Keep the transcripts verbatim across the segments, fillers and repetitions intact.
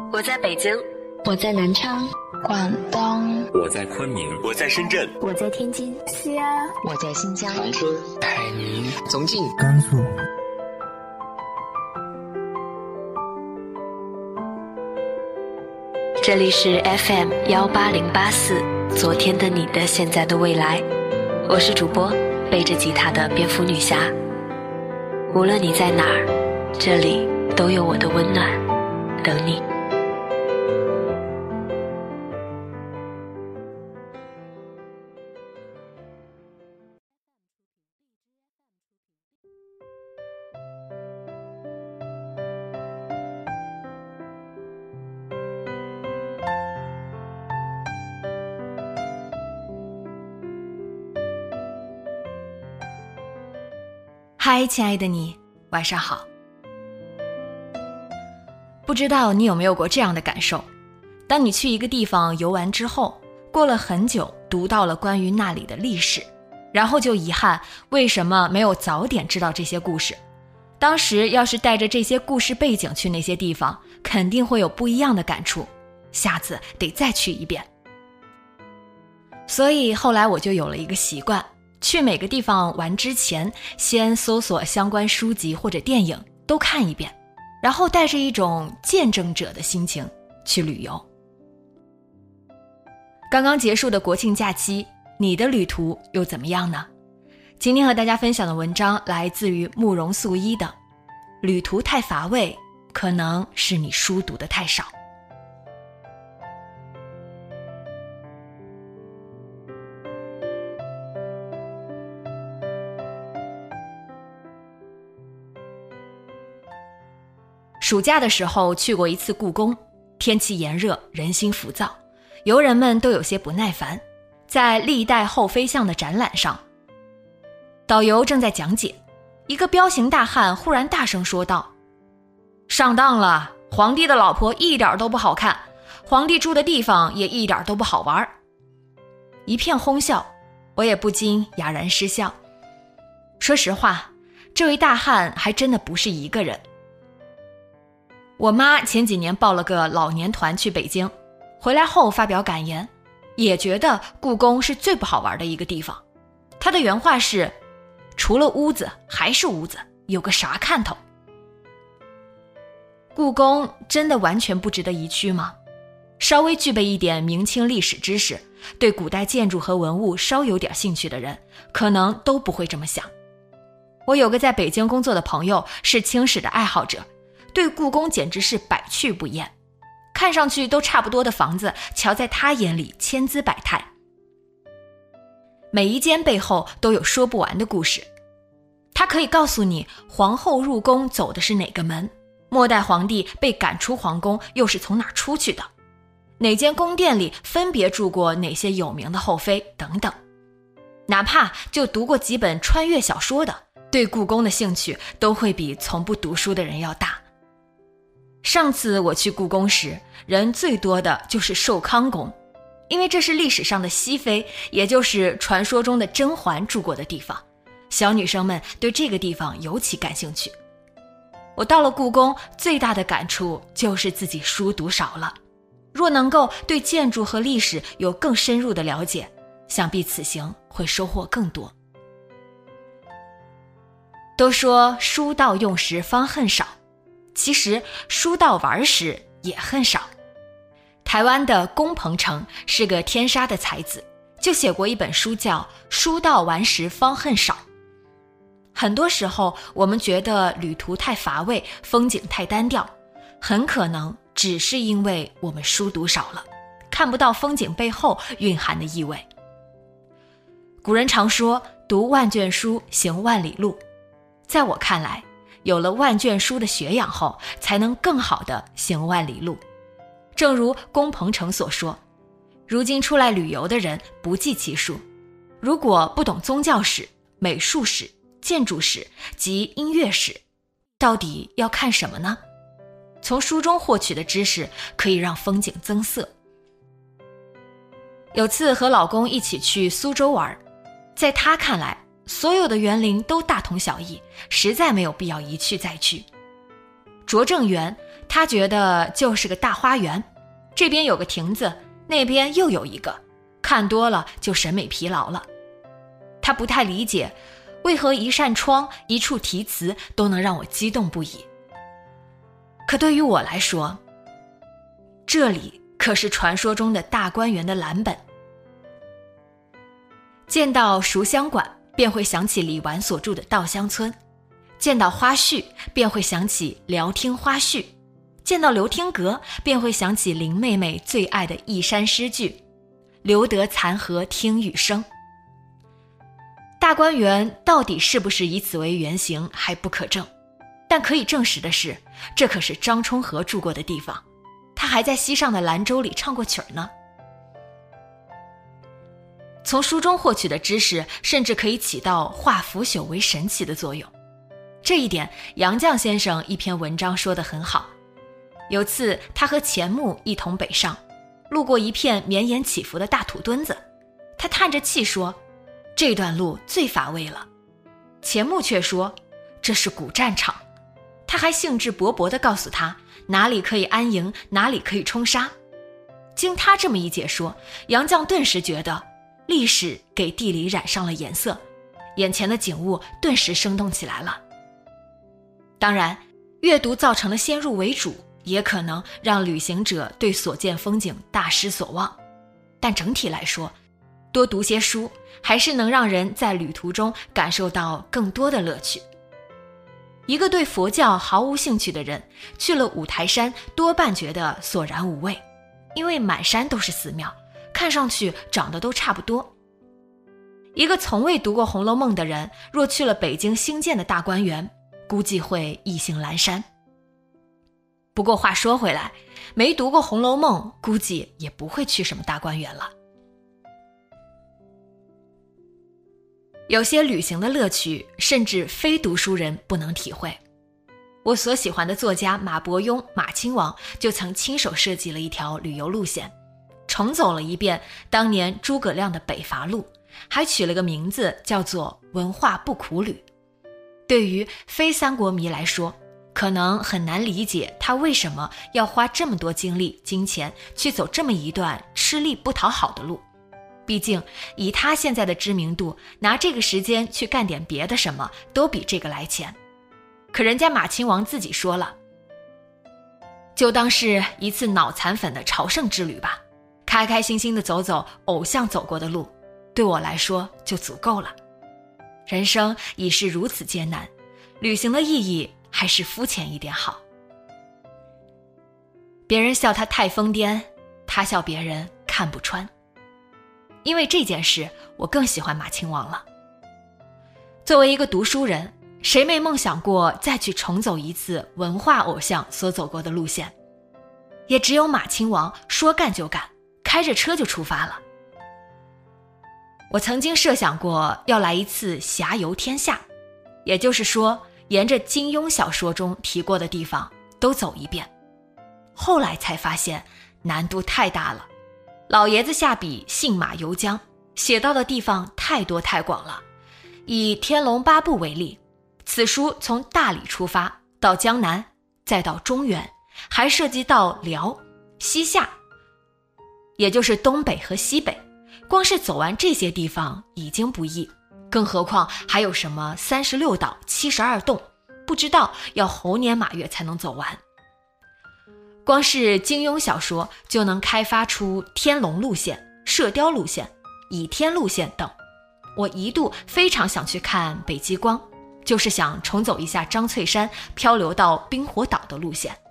我在北京， 我在南昌， 广东， 我在昆明， 我在深圳， 我在天津， 西安， 我在新疆， 长春， 海宁， 重庆， 甘肃。 这里是 F M 一八零八四，昨天的你的现在的未来，我是主播背着吉他的蝙蝠女侠。无论你在哪儿，这里都有我的温暖等你。 嗨，亲爱的你，晚上好。不知道你有没有过这样的感受，当你去一个地方游玩之后，过了很久读到了关于那里的历史，然后就遗憾为什么没有早点知道这些故事。当时要是带着这些故事背景去那些地方，肯定会有不一样的感触，下次得再去一遍。所以后来我就有了一个习惯，去每个地方玩之前，先搜索相关书籍或者电影都看一遍，然后带着一种见证者的心情去旅游。刚刚结束的国庆假期，你的旅途又怎么样呢？今天和大家分享的文章来自于慕容素一的《旅途太乏味，可能是你书读的太少》。暑假的时候去过一次故宫，天气炎热，人心浮躁，游人们都有些不耐烦。在历代后妃像的展览上，导游正在讲解，一个彪形大汉忽然大声说道：上当了，皇帝的老婆一点都不好看，皇帝住的地方也一点都不好玩。一片哄笑，我也不禁哑然失笑。说实话，这位大汉还真的不是一个人。我妈前几年报了个老年团去北京，回来后发表感言，也觉得故宫是最不好玩的一个地方。她的原话是：除了屋子还是屋子，有个啥看头。故宫真的完全不值得一去吗？稍微具备一点明清历史知识，对古代建筑和文物稍有点兴趣的人，可能都不会这么想。我有个在北京工作的朋友是清史的爱好者，对故宫简直是百去不厌，看上去都差不多的房子，瞧在他眼里千姿百态。每一间背后都有说不完的故事，他可以告诉你皇后入宫走的是哪个门，末代皇帝被赶出皇宫又是从哪儿出去的，哪间宫殿里分别住过哪些有名的后妃等等。哪怕就读过几本穿越小说的，对故宫的兴趣都会比从不读书的人要大。上次我去故宫时，人最多的就是寿康宫，因为这是历史上的熹妃，也就是传说中的甄嬛住过的地方，小女生们对这个地方尤其感兴趣。我到了故宫，最大的感触就是自己书读少了，若能够对建筑和历史有更深入的了解，想必此行会收获更多。都说书到用时方恨少，其实书到玩时也恨少。台湾的龚鹏程是个天杀的才子，就写过一本书叫《书到玩时方恨少》。很多时候我们觉得旅途太乏味，风景太单调，很可能只是因为我们书读少了，看不到风景背后蕴含的意味。古人常说读万卷书行万里路，在我看来，有了万卷书的学养后，才能更好地行万里路。正如龚鹏程所说，如今出来旅游的人不计其数，如果不懂宗教史、美术史、建筑史及音乐史，到底要看什么呢？从书中获取的知识可以让风景增色。有次和老公一起去苏州玩，在他看来，所有的园林都大同小异，实在没有必要一去再去。拙政园他觉得就是个大花园，这边有个亭子，那边又有一个，看多了就审美疲劳了。他不太理解，为何一扇窗、一处题词都能让我激动不已。可对于我来说，这里可是传说中的大观园的蓝本。见到蜀香馆，便会想起李纨所著的《稻香村》；见到花絮，便会想起聊厅花絮；见到流厅阁，便会想起林妹妹最爱的一山诗句：留得残荷听雨声。大观园到底是不是以此为原型还不可证，但可以证实的是，这可是张充和住过的地方，他还在西上的兰州里唱过曲儿呢。从书中获取的知识甚至可以起到化腐朽为神奇的作用，这一点杨绛先生一篇文章说得很好。有次他和钱穆一同北上，路过一片绵延起伏的大土墩子，他叹着气说，这段路最乏味了。钱穆却说，这是古战场。他还兴致勃勃地告诉他，哪里可以安营，哪里可以冲杀。经他这么一解说，杨绛顿时觉得历史给地理染上了颜色，眼前的景物顿时生动起来了。当然，阅读造成了先入为主，也可能让旅行者对所见风景大失所望，但整体来说，多读些书还是能让人在旅途中感受到更多的乐趣。一个对佛教毫无兴趣的人去了五台山，多半觉得索然无味，因为满山都是寺庙，看上去长得都差不多。一个从未读过《红楼梦》的人，若去了北京新建的大观园，估计会意兴阑珊。不过话说回来，没读过《红楼梦》，估计也不会去什么大观园了。有些旅行的乐趣，甚至非读书人不能体会。我所喜欢的作家马伯庸、马亲王就曾亲手设计了一条旅游路线，重走了一遍当年诸葛亮的北伐路，还取了个名字叫做文化不苦旅。对于非三国迷来说，可能很难理解他为什么要花这么多精力、金钱去走这么一段吃力不讨好的路。毕竟以他现在的知名度，拿这个时间去干点别的什么都比这个来钱。可人家马亲王自己说了，就当是一次脑残粉的朝圣之旅吧，开开心心的走走偶像走过的路，对我来说就足够了。人生已是如此艰难，旅行的意义还是肤浅一点好。别人笑他太疯癫，他笑别人看不穿。因为这件事，我更喜欢马亲王了。作为一个读书人，谁没梦想过再去重走一次文化偶像所走过的路线？也只有马亲王说干就干，开着车就出发了。我曾经设想过要来一次侠游天下，也就是说，沿着金庸小说中提过的地方都走一遍。后来才发现难度太大了，老爷子下笔信马由缰，写到的地方太多太广了。以《天龙八部》为例，此书从大理出发，到江南，再到中原，还涉及到辽、西夏，也就是东北和西北。光是走完这些地方已经不易，更何况还有什么三十六岛、七十二洞，不知道要猴年马月才能走完。光是金庸小说就能开发出天龙路线、射雕路线、倚天路线等。我一度非常想去看北极光，就是想重走一下张翠山漂流到冰火岛的路线。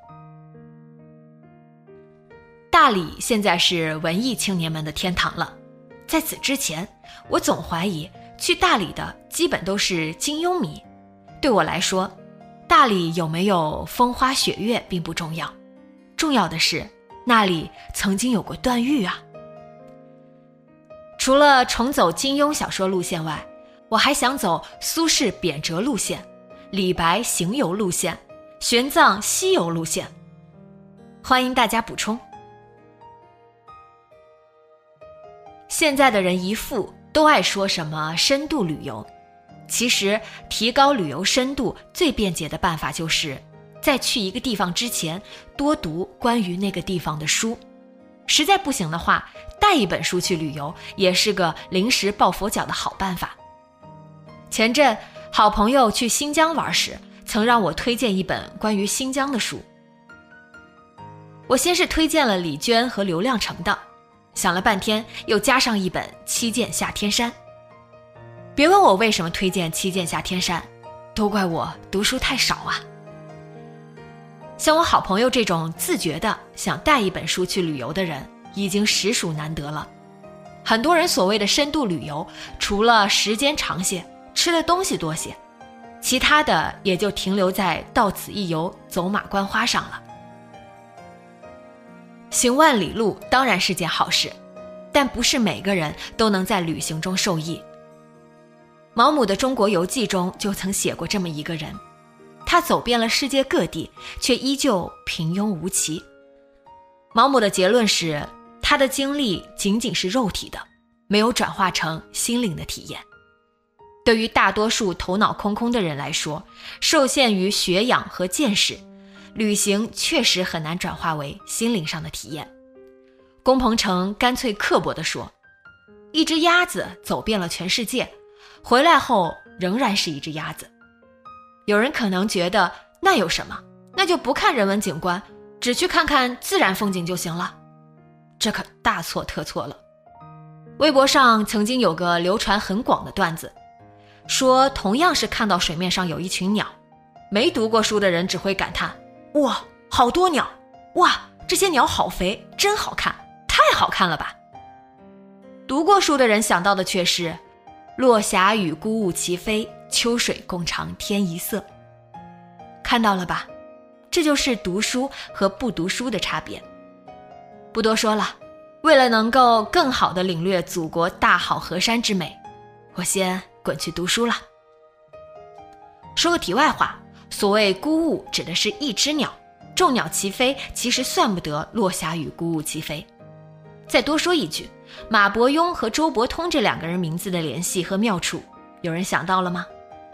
大理现在是文艺青年们的天堂了，在此之前，我总怀疑去大理的基本都是金庸迷。对我来说，大理有没有风花雪月并不重要，重要的是那里曾经有过段誉啊。除了重走金庸小说路线外，我还想走苏轼贬谪路线、李白行游路线、玄奘西游路线，欢迎大家补充。现在的人一副都爱说什么深度旅游，其实提高旅游深度最便捷的办法就是在去一个地方之前多读关于那个地方的书。实在不行的话，带一本书去旅游也是个临时抱佛脚的好办法。前阵好朋友去新疆玩时，曾让我推荐一本关于新疆的书。我先是推荐了李娟和刘亮程的，想了半天又加上一本《七剑下天山》。别问我为什么推荐《七剑下天山》，都怪我读书太少啊。像我好朋友这种自觉的想带一本书去旅游的人已经实属难得了。很多人所谓的深度旅游，除了时间长些，吃的东西多些，其他的也就停留在到此一游，走马观花上了。行万里路当然是件好事，但不是每个人都能在旅行中受益。毛姆的《中国游记》中就曾写过这么一个人，他走遍了世界各地，却依旧平庸无奇。毛姆的结论是，他的经历仅仅是肉体的，没有转化成心灵的体验。对于大多数头脑空空的人来说，受限于学养和见识，旅行确实很难转化为心灵上的体验。龚鹏程干脆刻薄地说，一只鸭子走遍了全世界，回来后仍然是一只鸭子。有人可能觉得那有什么，那就不看人文景观，只去看看自然风景就行了。这可大错特错了。微博上曾经有个流传很广的段子，说同样是看到水面上有一群鸟，没读过书的人只会感叹，哇，好多鸟，哇，这些鸟好肥，真好看，太好看了吧。读过书的人想到的却是，落霞与孤鹜齐飞，秋水共长天一色。看到了吧，这就是读书和不读书的差别。不多说了，为了能够更好地领略祖国大好河山之美，我先滚去读书了。说个题外话，所谓孤鹜指的是一只鸟，众鸟齐飞其实算不得落霞与孤鹜齐飞。再多说一句，马伯庸和周伯通这两个人名字的联系和妙处，有人想到了吗？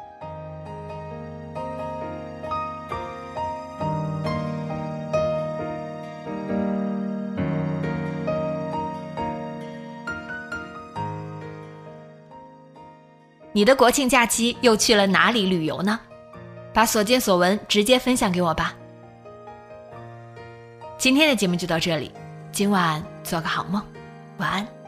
你的国庆假期又去了哪里旅游呢？把所见所闻直接分享给我吧。今天的节目就到这里，今晚做个好梦，晚安。